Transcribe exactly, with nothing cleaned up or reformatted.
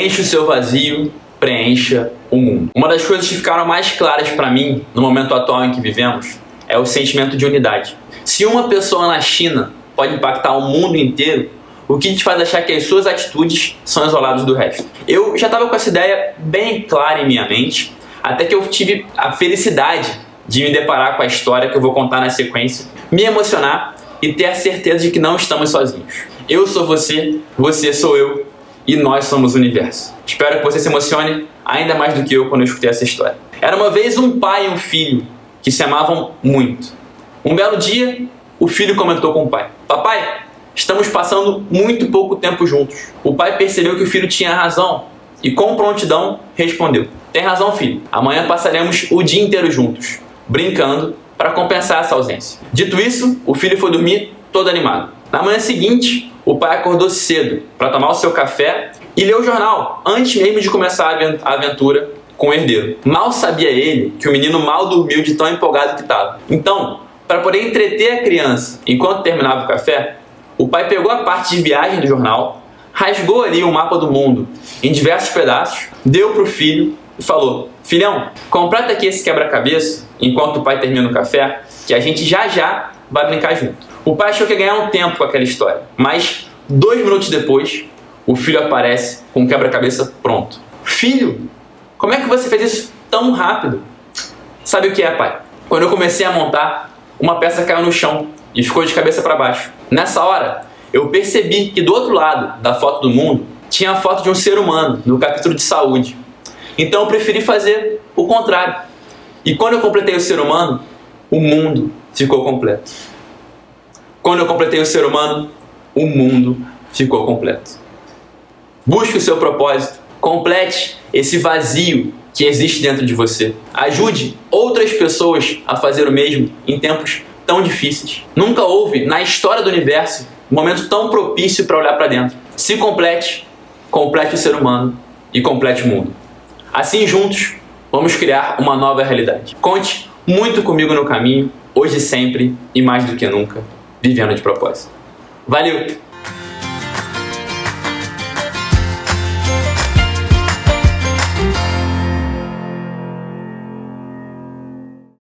Preencha o seu vazio, preencha o mundo. Uma das coisas que ficaram mais claras para mim no momento atual em que vivemos é o sentimento de unidade. Se uma pessoa na China pode impactar o mundo inteiro, o que te faz achar que as suas atitudes são isoladas do resto? Eu já estava com essa ideia bem clara em minha mente, até que eu tive a felicidade de me deparar com a história que eu vou contar na sequência, me emocionar e ter a certeza de que não estamos sozinhos. Eu sou você, você sou eu e nós somos o universo. Espero que você se emocione ainda mais do que eu quando eu escutei essa história. Era uma vez um pai e um filho que se amavam muito. Um belo dia, o filho comentou com o pai: papai, estamos passando muito pouco tempo juntos. O pai percebeu que o filho tinha razão e com prontidão respondeu: tem razão, filho. Amanhã passaremos o dia inteiro juntos, brincando para compensar essa ausência. Dito isso, o filho foi dormir todo animado. Na manhã seguinte, o pai acordou cedo para tomar o seu café e ler o jornal antes mesmo de começar a aventura com o herdeiro. Mal sabia ele que o menino mal dormiu de tão empolgado que estava. Então, para poder entreter a criança enquanto terminava o café, o pai pegou a parte de viagem do jornal, rasgou ali o mapa do mundo em diversos pedaços, deu para o filho e falou: filhão, completa aqui esse quebra-cabeça enquanto o pai termina o café, que a gente já já vai brincar junto. O pai achou que ia ganhar um tempo com aquela história, mas dois minutos depois, o filho aparece com o quebra-cabeça pronto. Filho, como é que você fez isso tão rápido? Sabe o que é, pai? Quando eu comecei a montar, uma peça caiu no chão e ficou de cabeça para baixo. Nessa hora, eu percebi que do outro lado da foto do mundo tinha a foto de um ser humano no capítulo de saúde. Então eu preferi fazer o contrário. E quando eu completei o ser humano, o mundo ficou completo. Quando eu completei o ser humano, o mundo ficou completo. Busque o seu propósito, complete esse vazio que existe dentro de você. Ajude outras pessoas a fazer o mesmo em tempos tão difíceis. Nunca houve na história do universo um momento tão propício para olhar para dentro. Se complete, complete o ser humano e complete o mundo. Assim, juntos, vamos criar uma nova realidade. Conte muito comigo no caminho, hoje e sempre, e mais do que nunca, vivendo de propósito. Valeu!